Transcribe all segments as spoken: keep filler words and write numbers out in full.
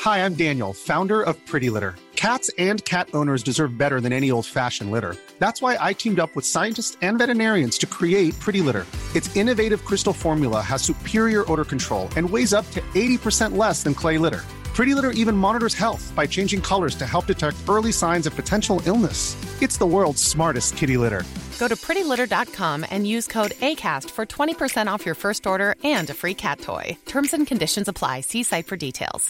Hi, I'm Daniel, founder of Pretty Litter. Cats and cat owners deserve better than any old-fashioned litter. That's why I teamed up with scientists and veterinarians to create Pretty Litter. Its innovative crystal formula has superior odor control and weighs up to eighty percent less than clay litter. Pretty Litter even monitors health by changing colors to help detect early signs of potential illness. It's the world's smartest kitty litter. Go to pretty litter dot com and use code ACAST for twenty percent off your first order and a free cat toy. Terms and conditions apply. See site for details.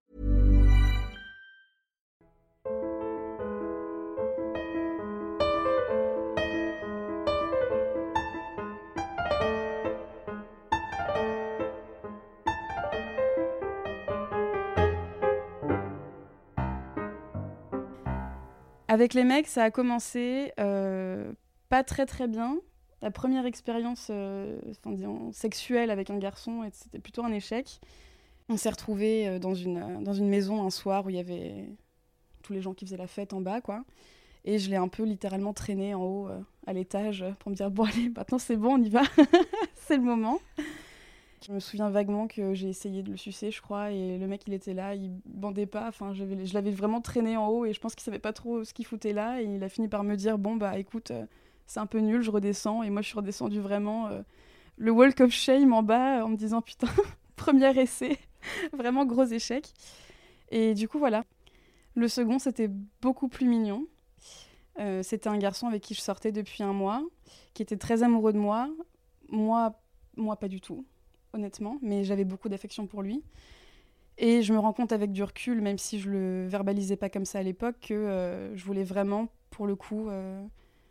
Avec les mecs, ça a commencé euh, pas très très bien. La première expérience euh, enfin, disons, sexuelle avec un garçon, c'était plutôt un échec. On s'est retrouvés dans une, dans une maison un soir où il y avait tous les gens qui faisaient la fête en bas, quoi. Et je l'ai un peu littéralement traîné en haut, euh, à l'étage, pour me dire « Bon, allez, maintenant c'est bon, on y va, c'est le moment ». Je me souviens vaguement que j'ai essayé de le sucer, je crois, et le mec, il était là, il bandait pas. Enfin, je l'avais, je l'avais vraiment traîné en haut et je pense qu'il savait pas trop ce qu'il foutait là. Et il a fini par me dire « Bon, bah écoute, euh, c'est un peu nul, je redescends ». Et moi, je suis redescendue vraiment euh, le walk of shame en bas en me disant « Putain, premier essai, vraiment gros échec ». Et du coup, voilà. Le second, c'était beaucoup plus mignon. Euh, c'était un garçon avec qui je sortais depuis un mois, qui était très amoureux de moi. Moi, moi pas du tout. Honnêtement, mais j'avais beaucoup d'affection pour lui. Et je me rends compte avec du recul, même si je le verbalisais pas comme ça à l'époque, que euh, je voulais vraiment, pour le coup, euh,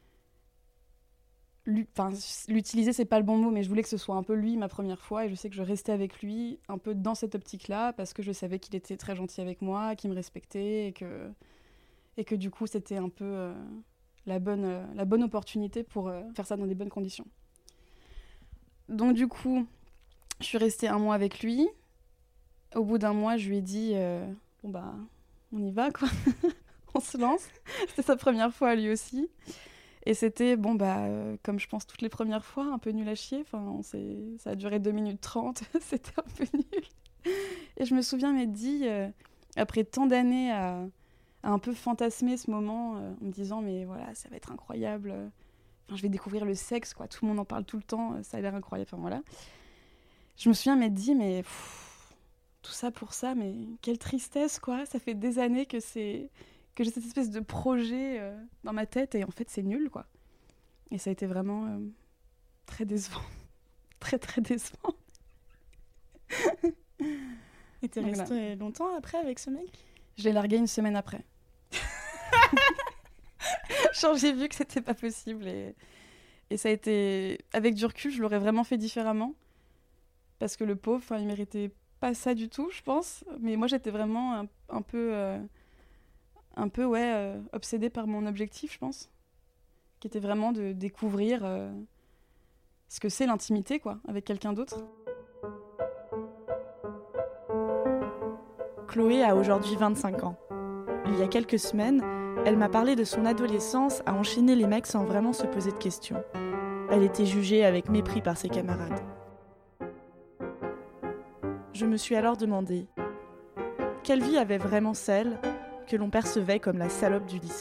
lui, l'utiliser, c'est pas le bon mot, mais je voulais que ce soit un peu lui ma première fois, et je sais que je restais avec lui un peu dans cette optique-là, parce que je savais qu'il était très gentil avec moi, qu'il me respectait, et que, et que du coup, c'était un peu euh, la, bonne, euh, la bonne opportunité pour euh, faire ça dans des bonnes conditions. Donc du coup, je suis restée un mois avec lui. Au bout d'un mois, je lui ai dit euh, « Bon bah, on y va, quoi. On se lance. » C'était sa première fois, lui aussi. Et c'était, bon bah, euh, comme je pense toutes les premières fois, un peu nul à chier. Enfin, on s'est... Ça a duré deux minutes trente. C'était un peu nul. Et je me souviens m'être dit, euh, après tant d'années à, à un peu fantasmer ce moment, euh, en me disant « Mais voilà, ça va être incroyable. Enfin, je vais découvrir le sexe, quoi. Tout le monde en parle tout le temps. Ça a l'air incroyable. » Enfin, voilà. Je me souviens m'être dit, mais pff, tout ça pour ça, mais quelle tristesse, quoi. Ça fait des années que, c'est... que j'ai cette espèce de projet euh, dans ma tête et en fait, c'est nul, quoi. Et ça a été vraiment euh, très décevant. très, très décevant. Et t'es restée voilà. longtemps après avec ce mec ? Je l'ai largué une semaine après. Genre, j'ai vu que c'était pas possible et... et ça a été... Avec du recul, je l'aurais vraiment fait différemment. Parce que le pauvre, il méritait pas ça du tout, je pense. Mais moi, j'étais vraiment un, un peu, euh, un peu ouais, euh, obsédée par mon objectif, je pense. Qui était vraiment de découvrir euh, ce que c'est l'intimité, quoi, avec quelqu'un d'autre. Chloé a aujourd'hui vingt-cinq ans. Il y a quelques semaines, elle m'a parlé de son adolescence à enchaîner les mecs sans vraiment se poser de questions. Elle était jugée avec mépris par ses camarades. Je me suis alors demandé, quelle vie avait vraiment celle que l'on percevait comme la salope du lycée ?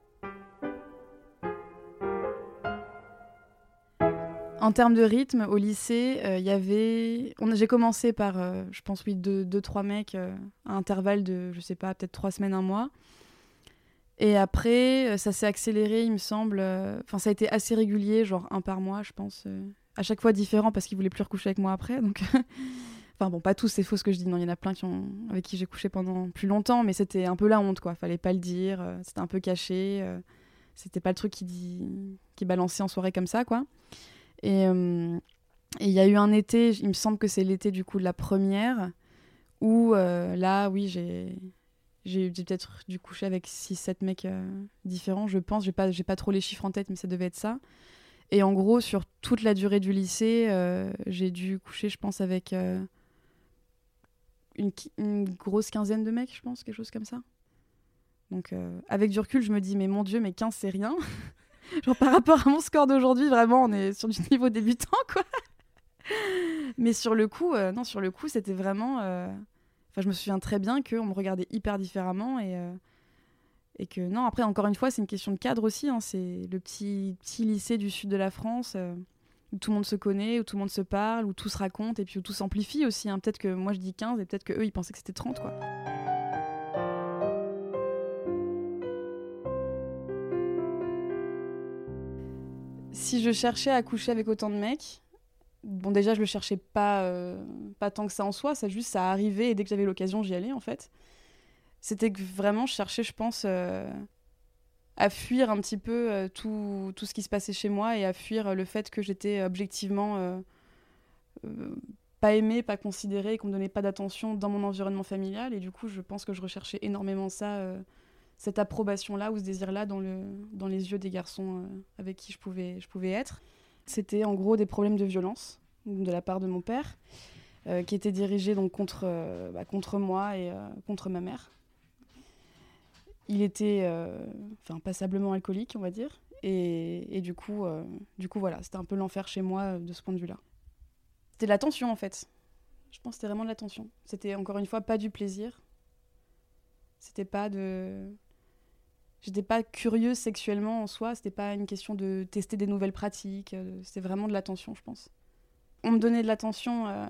En termes de rythme, au lycée, il euh, y avait... On, j'ai commencé par, euh, je pense, oui, deux, deux, trois mecs euh, à intervalle de, je sais pas, peut-être trois semaines, un mois. Et après, euh, ça s'est accéléré, il me semble. Enfin, euh, ça a été assez régulier, genre un par mois, je pense. Euh, à chaque fois différent parce qu'ils voulaient plus recoucher avec moi après, donc... Enfin bon, pas tous, c'est faux ce que je dis. Non, il y en a plein qui ont... avec qui j'ai couché pendant plus longtemps, mais c'était un peu la honte, quoi. Fallait pas le dire, euh, c'était un peu caché. Euh, c'était pas le truc qui, dit... qui balançait en soirée comme ça, quoi. Et il euh, y a eu un été, il me semble que c'est l'été du coup de la première, où euh, là, oui, j'ai... J'ai, j'ai peut-être dû coucher avec six sept mecs euh, différents, je pense. J'ai pas, j'ai pas trop les chiffres en tête, mais ça devait être ça. Et en gros, sur toute la durée du lycée, euh, j'ai dû coucher, je pense, avec... Euh, Une, une grosse quinzaine de mecs, je pense, quelque chose comme ça. Donc, euh, avec du recul, je me dis, mais mon Dieu, mais quinze, c'est rien. Genre, par rapport à mon score d'aujourd'hui, vraiment, on est sur du niveau débutant, quoi. Mais sur le coup, euh, non, sur le coup, c'était vraiment... Enfin, je me souviens très bien qu'on me regardait hyper différemment et, euh, et que non, après, encore une fois, c'est une question de cadre aussi. Hein, c'est le petit, petit lycée du sud de la France euh, où tout le monde se connaît, où tout le monde se parle, où tout se raconte et puis où tout s'amplifie aussi. Hein. Peut-être que moi, je dis quinze et peut-être qu'eux, ils pensaient que c'était trente, quoi. Si je cherchais à coucher avec autant de mecs, bon, déjà, je le cherchais pas, euh, pas tant que ça en soi, ça juste, ça arrivait et dès que j'avais l'occasion, j'y allais, en fait. C'était que vraiment, je cherchais, je pense, euh, à fuir un petit peu euh, tout, tout ce qui se passait chez moi et à fuir le fait que j'étais objectivement euh, euh, pas aimée, pas considérée, qu'on me donnait pas d'attention dans mon environnement familial. Et du coup, je pense que je recherchais énormément ça, euh, cette approbation-là ou ce désir-là dans, le, dans les yeux des garçons euh, avec qui je pouvais, je pouvais être. C'était en gros des problèmes de violence de la part de mon père, euh, qui étaient dirigés donc, contre, euh, bah, contre moi et euh, contre ma mère. Il était euh, enfin, passablement alcoolique, on va dire. Et, et du, coup, euh, du coup, voilà, c'était un peu l'enfer chez moi euh, de ce point de vue-là. C'était de la tension, en fait. Je pense que c'était vraiment de la tension. C'était, encore une fois, pas du plaisir. C'était pas de... J'étais pas curieuse sexuellement en soi. C'était pas une question de tester des nouvelles pratiques. C'était vraiment de l'attention, je pense. On me donnait de l'attention euh,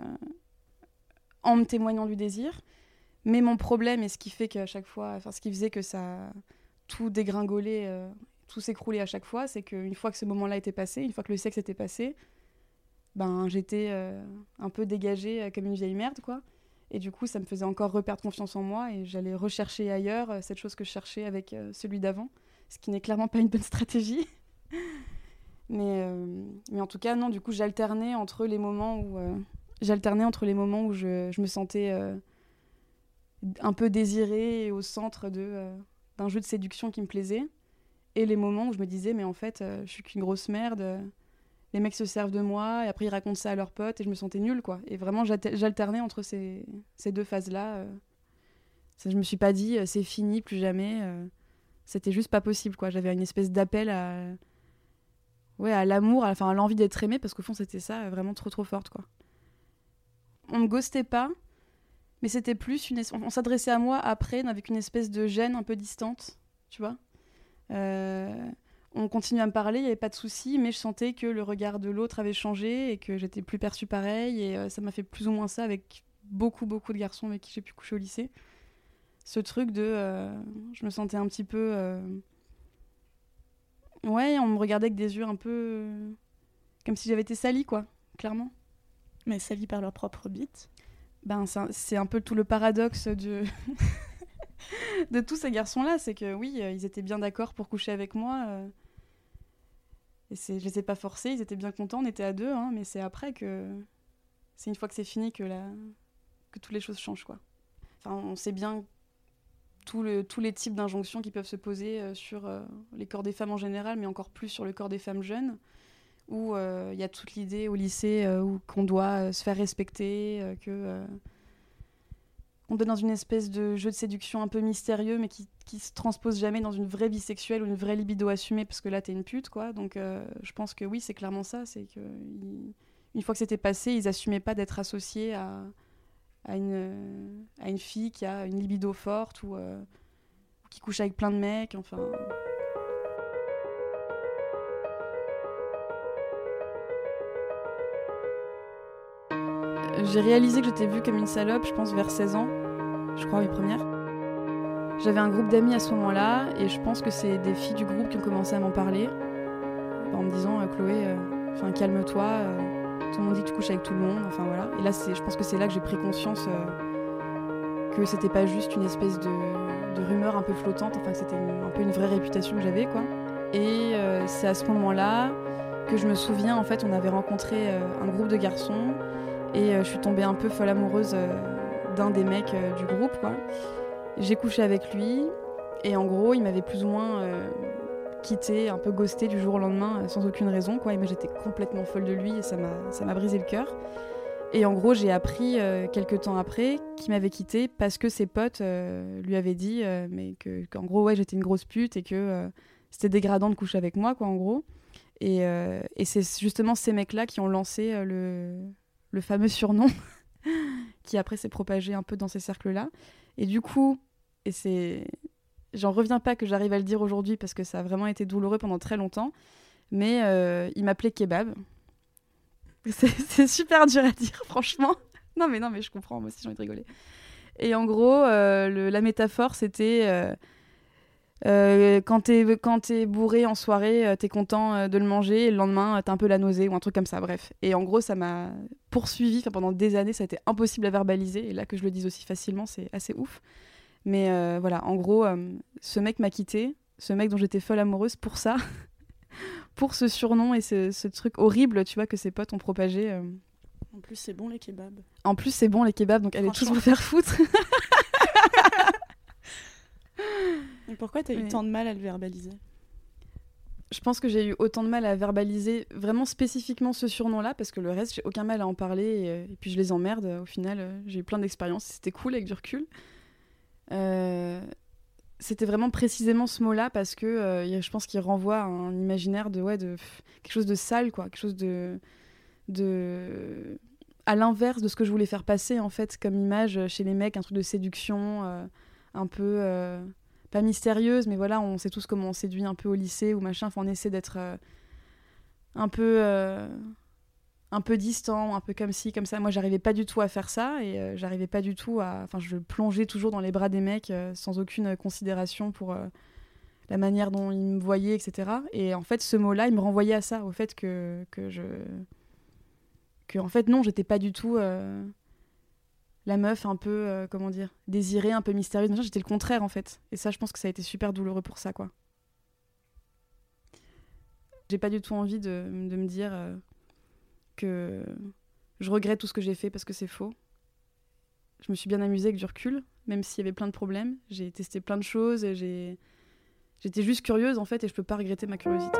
en me témoignant du désir. Mais mon problème, et ce qui fait qu'à chaque fois, enfin, ce qui faisait que ça tout dégringolait, euh, tout s'écroulait à chaque fois, c'est qu'une fois que ce moment-là était passé, une fois que le sexe était passé, ben j'étais euh, un peu dégagée euh, comme une vieille merde, quoi. Et du coup, ça me faisait encore reperdre confiance en moi et j'allais rechercher ailleurs euh, cette chose que je cherchais avec euh, celui d'avant, ce qui n'est clairement pas une bonne stratégie. mais, euh, mais en tout cas, non, du coup, j'alternais entre les moments où, euh, j'alternais entre les moments où je, je me sentais... Euh, un peu désirée et au centre de, euh, d'un jeu de séduction qui me plaisait. Et les moments où je me disais, mais en fait, euh, je suis qu'une grosse merde, euh, les mecs se servent de moi, et après ils racontent ça à leurs potes, et je me sentais nulle, quoi. Et vraiment, j'alternais entre ces, ces deux phases-là. Euh. Ça, je me suis pas dit, euh, c'est fini, plus jamais. Euh. C'était juste pas possible, quoi. J'avais une espèce d'appel à... Ouais, à l'amour, enfin à l'envie d'être aimée, parce qu'au fond, c'était ça, vraiment trop, trop forte, quoi. On me ghostait pas, mais c'était plus une... On s'adressait à moi après, avec une espèce de gêne un peu distante, tu vois. Euh... On continuait à me parler, il n'y avait pas de souci, mais je sentais que le regard de l'autre avait changé et que j'étais plus perçue pareil. Et euh, ça m'a fait plus ou moins ça avec beaucoup, beaucoup de garçons avec qui j'ai pu coucher au lycée. Ce truc de... Euh... Je me sentais un petit peu... Euh... Ouais, on me regardait avec des yeux un peu... Euh... Comme si j'avais été salie, quoi, clairement. Mais salie par leur propre bite. Ben, c'est un, c'est un peu tout le paradoxe de, de tous ces garçons-là. C'est que oui, euh, ils étaient bien d'accord pour coucher avec moi. Euh, et c'est, je les ai pas forcés, ils étaient bien contents, on était à deux. Hein, mais c'est après que... C'est une fois que c'est fini que, la, que toutes les choses changent, quoi. Enfin, on sait bien tout le, tous les types d'injonctions qui peuvent se poser euh, sur euh, les corps des femmes en général, mais encore plus sur le corps des femmes jeunes. Où il euh, y a toute l'idée au lycée euh, où, qu'on doit euh, se faire respecter, euh, que, euh, on est dans une espèce de jeu de séduction un peu mystérieux, mais qui, qui se transpose jamais dans une vraie vie sexuelle ou une vraie libido assumée, parce que là, t'es une pute, quoi. Donc, euh, je pense que oui, c'est clairement ça. C'est que, ils, une fois que c'était passé, ils assumaient pas d'être associés à, à, une, à une fille qui a une libido forte ou euh, qui couche avec plein de mecs, enfin... J'ai réalisé que j'étais vue comme une salope, je pense vers seize ans, je crois, mes premières. J'avais un groupe d'amis à ce moment-là, et je pense que c'est des filles du groupe qui ont commencé à m'en parler, en me disant euh, « Chloé, euh, calme-toi, euh, tout le monde dit que tu couches avec tout le monde », enfin voilà. Et là, c'est, je pense que c'est là que j'ai pris conscience euh, que c'était pas juste une espèce de, de rumeur un peu flottante, enfin que c'était une, un peu une vraie réputation que j'avais, quoi. Et euh, c'est à ce moment-là que je me souviens, en fait, on avait rencontré euh, un groupe de garçons, et euh, je suis tombée un peu folle amoureuse euh, d'un des mecs euh, du groupe, quoi. J'ai couché avec lui, et en gros, il m'avait plus ou moins euh, quittée, un peu ghostée du jour au lendemain, euh, sans aucune raison, quoi. Et moi, j'étais complètement folle de lui, et ça m'a, ça m'a brisé le cœur. Et en gros, j'ai appris euh, quelques temps après qu'il m'avait quittée parce que ses potes euh, lui avaient dit euh, mais que, qu'en gros, ouais, j'étais une grosse pute et que euh, c'était dégradant de coucher avec moi, quoi, en gros. Et, euh, et c'est justement ces mecs-là qui ont lancé euh, le... le fameux surnom qui après s'est propagé un peu dans ces cercles-là. Et du coup, et c'est... j'en reviens pas que j'arrive à le dire aujourd'hui parce que ça a vraiment été douloureux pendant très longtemps, mais euh, il m'appelait Kebab. C'est, c'est super dur à dire, franchement. Non mais, non, mais je comprends, moi aussi j'ai envie de rigoler. Et en gros, euh, le, la métaphore, c'était... Euh, Euh, quand t'es, quand t'es bourré en soirée, euh, t'es content euh, de le manger, et le lendemain, euh, t'as un peu la nausée ou un truc comme ça, bref. Et en gros, ça m'a poursuivi pendant des années, ça a été impossible à verbaliser, et là que je le dise aussi facilement, c'est assez ouf. Mais euh, voilà, en gros, euh, ce mec m'a quitté, ce mec dont j'étais folle amoureuse pour ça, pour ce surnom et ce, ce truc horrible, tu vois, que ses potes ont propagé. Euh... En plus, c'est bon les kebabs. En plus, c'est bon les kebabs, donc allez tous vous faire foutre. Et pourquoi t'as eu Mais... tant de mal à le verbaliser ? Je pense que j'ai eu autant de mal à verbaliser vraiment spécifiquement ce surnom-là, parce que le reste, j'ai aucun mal à en parler, et, et puis je les emmerde. Au final, euh, j'ai eu plein d'expériences, c'était cool avec du recul. Euh, c'était vraiment précisément ce mot-là, parce que euh, je pense qu'il renvoie à un imaginaire de, ouais, de pff, quelque chose de sale, quoi, quelque chose de, de... à l'inverse de ce que je voulais faire passer, en fait, comme image chez les mecs, un truc de séduction, euh, un peu... Euh... pas mystérieuse, mais voilà, on sait tous comment on séduit un peu au lycée ou machin. Enfin, on essaie d'être euh, un peu euh, un peu distant, un peu comme ci, comme ça. Moi, j'arrivais pas du tout à faire ça et euh, j'arrivais pas du tout à... Enfin, je plongeais toujours dans les bras des mecs euh, sans aucune considération pour euh, la manière dont ils me voyaient, et cetera. Et en fait, ce mot-là, il me renvoyait à ça, au fait que, que je... Que, en fait, non, j'étais pas du tout... Euh... la meuf un peu, euh, comment dire, désirée, un peu mystérieuse. Machin, j'étais le contraire, en fait. Et ça, je pense que ça a été super douloureux pour ça, quoi. J'ai pas du tout envie de, de me dire euh, que je regrette tout ce que j'ai fait parce que c'est faux. Je me suis bien amusée avec du recul, même s'il y avait plein de problèmes. J'ai testé plein de choses et j'ai... j'étais juste curieuse, en fait, et je peux pas regretter ma curiosité.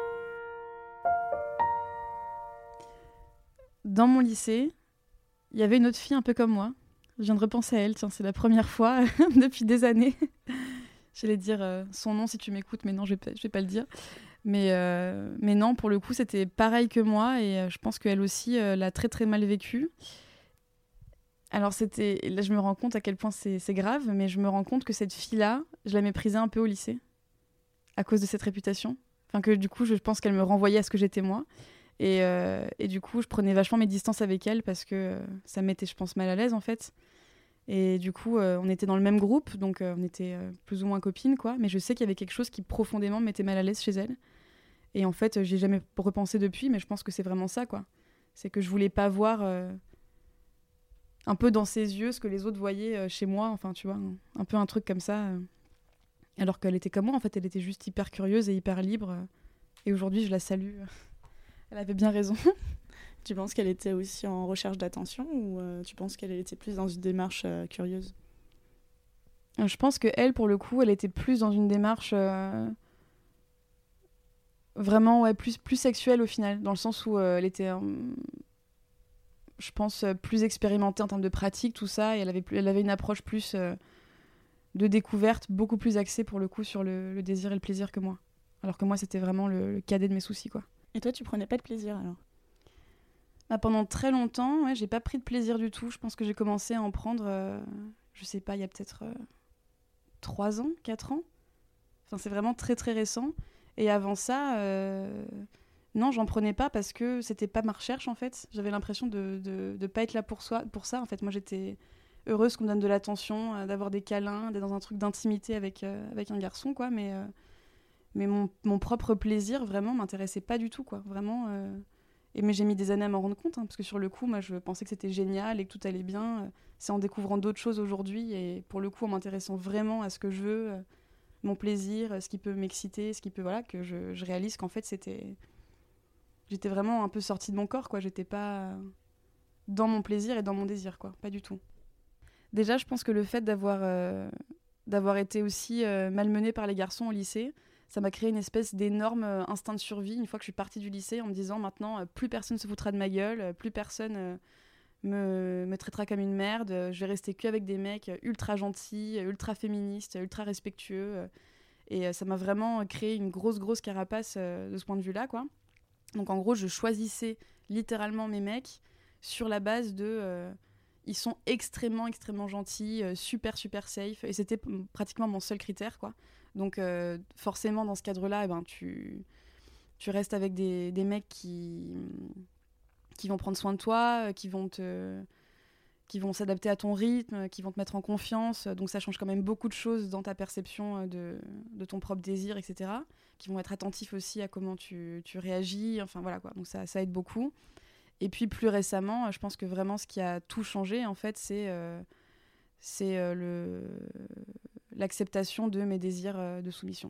Dans mon lycée, il y avait une autre fille un peu comme moi. Je viens de repenser à elle, tiens, c'est la première fois depuis des années. J'allais dire euh, son nom si tu m'écoutes, mais non, je vais pas, je vais pas le dire. Mais, euh, mais non, pour le coup, c'était pareil que moi, et euh, je pense qu'elle aussi euh, l'a très très mal vécu. Alors c'était, là je me rends compte à quel point c'est, c'est grave, mais je me rends compte que cette fille-là, je la méprisais un peu au lycée, à cause de cette réputation. Enfin que du coup, je pense qu'elle me renvoyait à ce que j'étais moi. Et, euh, et du coup, je prenais vachement mes distances avec elle parce que euh, ça me mettait, je pense, mal à l'aise, en fait. Et du coup, euh, on était dans le même groupe, donc euh, on était euh, plus ou moins copines, quoi. Mais je sais qu'il y avait quelque chose qui profondément me mettait mal à l'aise chez elle. Et en fait, euh, j'y ai jamais repensé depuis, mais je pense que c'est vraiment ça, quoi. C'est que je voulais pas voir euh, un peu dans ses yeux ce que les autres voyaient euh, chez moi. Enfin, tu vois, un, un peu un truc comme ça. Euh, alors qu'elle était comme moi, en fait, elle était juste hyper curieuse et hyper libre. Euh, et aujourd'hui, je la salue. Elle avait bien raison. Tu penses qu'elle était aussi en recherche d'attention ou euh, tu penses qu'elle était plus dans une démarche euh, curieuse ? Je pense qu'elle, pour le coup, elle était plus dans une démarche euh, vraiment ouais, plus, plus sexuelle au final, dans le sens où euh, elle était, euh, je pense, plus expérimentée en termes de pratique, tout ça, et elle avait, elle avait une approche plus euh, de découverte, beaucoup plus axée pour le coup sur le, le désir et le plaisir que moi. Alors que moi, c'était vraiment le, le cadet de mes soucis, quoi. Et toi, tu prenais pas de plaisir alors ? Bah, pendant très longtemps, ouais, j'ai pas pris de plaisir du tout. Je pense que j'ai commencé à en prendre, euh, je sais pas, il y a peut-être euh, trois ans, quatre ans. Enfin, c'est vraiment très très récent. Et avant ça, euh, non, j'en prenais pas parce que c'était pas ma recherche en fait. J'avais l'impression de, de, de pas être là pour, soi, pour ça. En fait, moi j'étais heureuse qu'on me donne de l'attention, euh, d'avoir des câlins, d'être dans un truc d'intimité avec, euh, avec un garçon, quoi. Mais, euh, mais mon, mon propre plaisir vraiment m'intéressait pas du tout, quoi. Vraiment. Euh... Et mais j'ai mis des années à m'en rendre compte, hein, parce que sur le coup, moi, je pensais que c'était génial et que tout allait bien. C'est en découvrant d'autres choses aujourd'hui et pour le coup, en m'intéressant vraiment à ce que je veux, euh, mon plaisir, ce qui peut m'exciter, ce qui peut, voilà, que je, je réalise qu'en fait, c'était... J'étais vraiment un peu sortie de mon corps, quoi. J'étais pas dans mon plaisir et dans mon désir, quoi. Pas du tout. Déjà, je pense que le fait d'avoir, euh, d'avoir été aussi euh, malmenée par les garçons au lycée, ça m'a créé une espèce d'énorme instinct de survie une fois que je suis partie du lycée en me disant maintenant euh, plus personne se foutra de ma gueule, euh, plus personne euh, me, me traitera comme une merde, euh, je vais rester qu'avec des mecs ultra gentils, ultra féministes, ultra respectueux euh, et euh, ça m'a vraiment créé une grosse grosse carapace euh, de ce point de vue-là, quoi. Donc en gros je choisissais littéralement mes mecs sur la base de euh, ils sont extrêmement, extrêmement gentils, euh, super, super safe. Et c'était p- pratiquement mon seul critère, quoi. Donc, euh, forcément, dans ce cadre-là, eh ben, tu, tu restes avec des, des mecs qui, qui vont prendre soin de toi, euh, qui vont te, qui vont s'adapter à ton rythme, qui vont te mettre en confiance. Donc, ça change quand même beaucoup de choses dans ta perception euh, de, de ton propre désir, et cetera. Qui vont être attentifs aussi à comment tu, tu réagis. Enfin, voilà, quoi. Donc, ça, ça aide beaucoup. Et puis plus récemment, je pense que vraiment ce qui a tout changé, en fait, c'est, euh, c'est euh, le, l'acceptation de mes désirs euh, de soumission.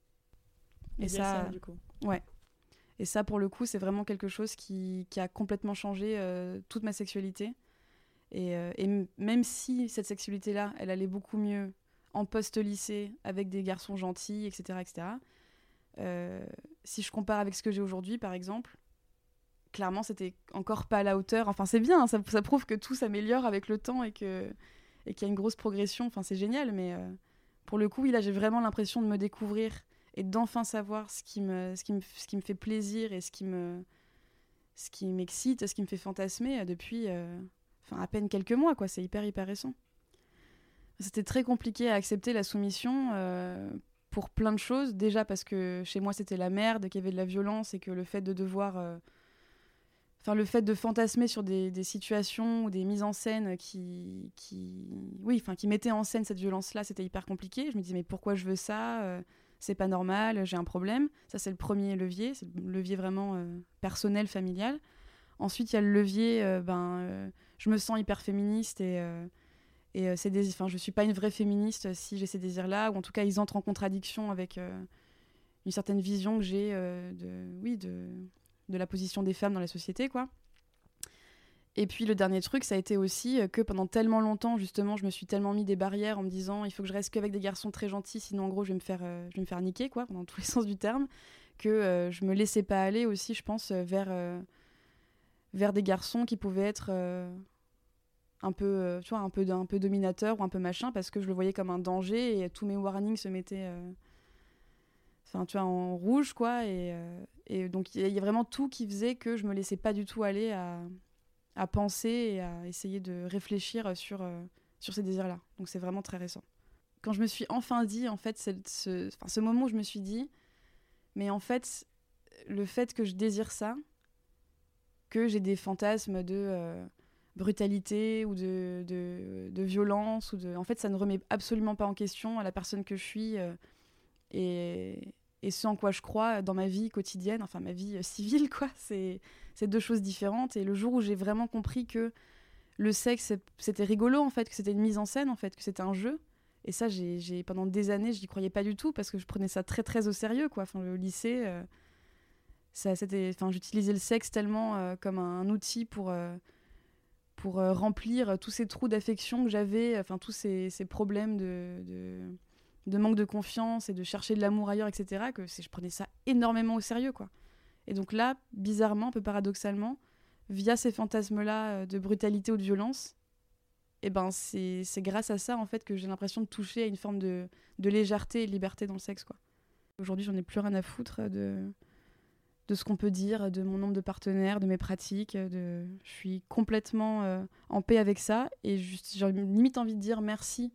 Et ça, du coup. Ouais. Et ça, pour le coup, c'est vraiment quelque chose qui, qui a complètement changé euh, toute ma sexualité. Et, euh, et m- même si cette sexualité-là, elle allait beaucoup mieux en post-lycée, avec des garçons gentils, et cetera, et cetera, euh, si je compare avec ce que j'ai aujourd'hui, par exemple, clairement, c'était encore pas à la hauteur. Enfin, c'est bien, hein, ça, ça prouve que tout s'améliore avec le temps et, que, et qu'il y a une grosse progression. Enfin, c'est génial, mais euh, pour le coup, oui, là, j'ai vraiment l'impression de me découvrir et d'enfin savoir ce qui me, ce qui me, ce qui me fait plaisir et ce qui, me, ce qui m'excite, ce qui me fait fantasmer depuis euh, enfin, à peine quelques mois, quoi. C'est hyper, hyper récent. C'était très compliqué à accepter la soumission euh, pour plein de choses. Déjà parce que chez moi, c'était la merde, qu'il y avait de la violence et que le fait de devoir... Euh, Enfin, le fait de fantasmer sur des, des situations ou des mises en scène qui, qui, oui, enfin, qui mettaient en scène cette violence-là, c'était hyper compliqué. Je me disais, mais pourquoi je veux ça euh, c'est pas normal, j'ai un problème. Ça, c'est le premier levier, c'est le levier vraiment euh, personnel, familial. Ensuite, il y a le levier, euh, ben, euh, je me sens hyper féministe et, euh, et euh, ces désirs, enfin, je suis pas une vraie féministe si j'ai ces désirs-là, ou en tout cas, ils entrent en contradiction avec euh, une certaine vision que j'ai euh, de, oui, de... de la position des femmes dans la société, quoi. Et puis le dernier truc, ça a été aussi que pendant tellement longtemps, justement, je me suis tellement mis des barrières en me disant il faut que je reste qu'avec des garçons très gentils, sinon en gros je vais me faire, euh, je vais me faire niquer, quoi, dans tous les sens du terme, que euh, je me laissais pas aller aussi, je pense, vers, euh, vers des garçons qui pouvaient être euh, un peu, euh, tu vois, un peu, un peu dominateurs ou un peu machin, parce que je le voyais comme un danger et tous mes warnings se mettaient... Euh, Enfin, tu vois, en rouge, quoi. Et, euh, et donc, il y, y a vraiment tout qui faisait que je me laissais pas du tout aller à, à penser et à essayer de réfléchir sur, euh, sur ces désirs-là. Donc, c'est vraiment très récent. Quand je me suis enfin dit, en fait, c'est ce, enfin, ce moment où je me suis dit, mais en fait, le fait que je désire ça, que j'ai des fantasmes de euh, brutalité ou de, de, de violence, ou de... en fait, ça ne remet absolument pas en question la personne que je suis euh, et... et ce en quoi je crois dans ma vie quotidienne, enfin ma vie civile, quoi. C'est, c'est deux choses différentes. Et le jour où j'ai vraiment compris que le sexe, c'était rigolo, en fait, que c'était une mise en scène, en fait, que c'était un jeu. Et ça, j'ai, j'ai, pendant des années, je n'y croyais pas du tout parce que je prenais ça très, très au sérieux, quoi. Enfin, le lycée, euh, ça, c'était, enfin, j'utilisais le sexe tellement euh, comme un outil pour, euh, pour euh, remplir tous ces trous d'affection que j'avais, enfin, tous ces, ces problèmes de... de de manque de confiance et de chercher de l'amour ailleurs, et cetera, que c'est, je prenais ça énormément au sérieux, quoi. Et donc là, bizarrement, un peu paradoxalement, via ces fantasmes-là de brutalité ou de violence, eh ben c'est, c'est grâce à ça, en fait, que j'ai l'impression de toucher à une forme de, de légèreté et de liberté dans le sexe, quoi. Aujourd'hui, j'en ai plus rien à foutre de, de ce qu'on peut dire, de mon nombre de partenaires, de mes pratiques. De... Je suis complètement euh, en paix avec ça. Et juste, j'ai limite envie de dire merci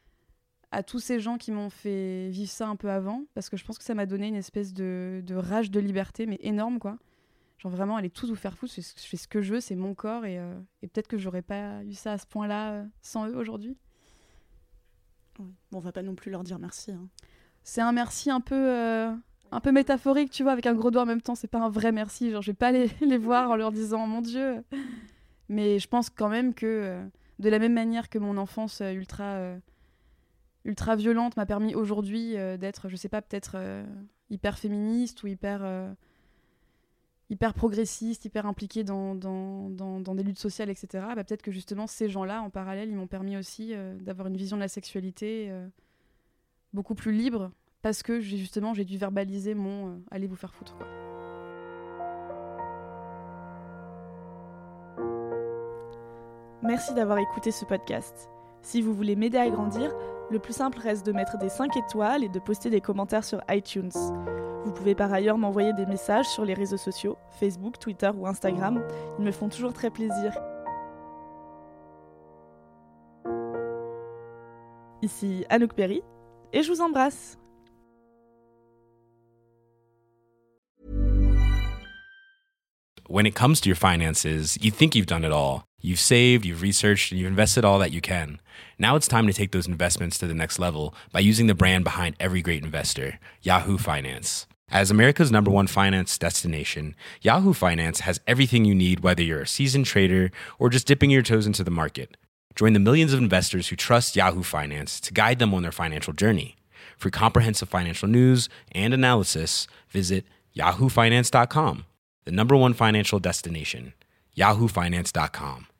à tous ces gens qui m'ont fait vivre ça un peu avant, parce que je pense que ça m'a donné une espèce de, de rage de liberté, mais énorme, quoi. Genre vraiment, aller tout vous faire foutre, je fais ce que je veux, c'est mon corps, et, euh, et peut-être que j'aurais pas eu ça à ce point-là euh, sans eux aujourd'hui. Oui. Bon, on va pas non plus leur dire merci. Hein. C'est un merci un peu, euh, un peu métaphorique, tu vois, avec un gros doigt en même temps, c'est pas un vrai merci, genre je vais pas les, les voir en leur disant « mon Dieu ». Mais je pense quand même que, euh, de la même manière que mon enfance euh, ultra... Euh, ultra violente m'a permis aujourd'hui euh, d'être, je sais pas, peut-être euh, hyper féministe ou hyper, euh, hyper progressiste, hyper impliquée dans, dans, dans, dans des luttes sociales, et cetera. Bah, peut-être que justement, ces gens-là, en parallèle, ils m'ont permis aussi euh, d'avoir une vision de la sexualité euh, beaucoup plus libre, parce que j'ai, justement, j'ai dû verbaliser mon euh, « allez vous faire foutre ». Quoi. Merci d'avoir écouté ce podcast. Si vous voulez m'aider à grandir, le plus simple reste de mettre des cinq étoiles et de poster des commentaires sur iTunes. Vous pouvez par ailleurs m'envoyer des messages sur les réseaux sociaux, Facebook, Twitter ou Instagram. Ils me font toujours très plaisir. Ici Anouk Perry, et je vous embrasse. When it comes to your finances, you think you've done it all. You've saved, you've researched, and you've invested all that you can. Now it's time to take those investments to the next level by using the brand behind every great investor, Yahoo Finance. As America's number one finance destination, Yahoo Finance has everything you need, whether you're a seasoned trader or just dipping your toes into the market. Join the millions of investors who trust Yahoo Finance to guide them on their financial journey. For comprehensive financial news and analysis, visit yahoo finance dot com, the number one financial destination, yahoo finance dot com.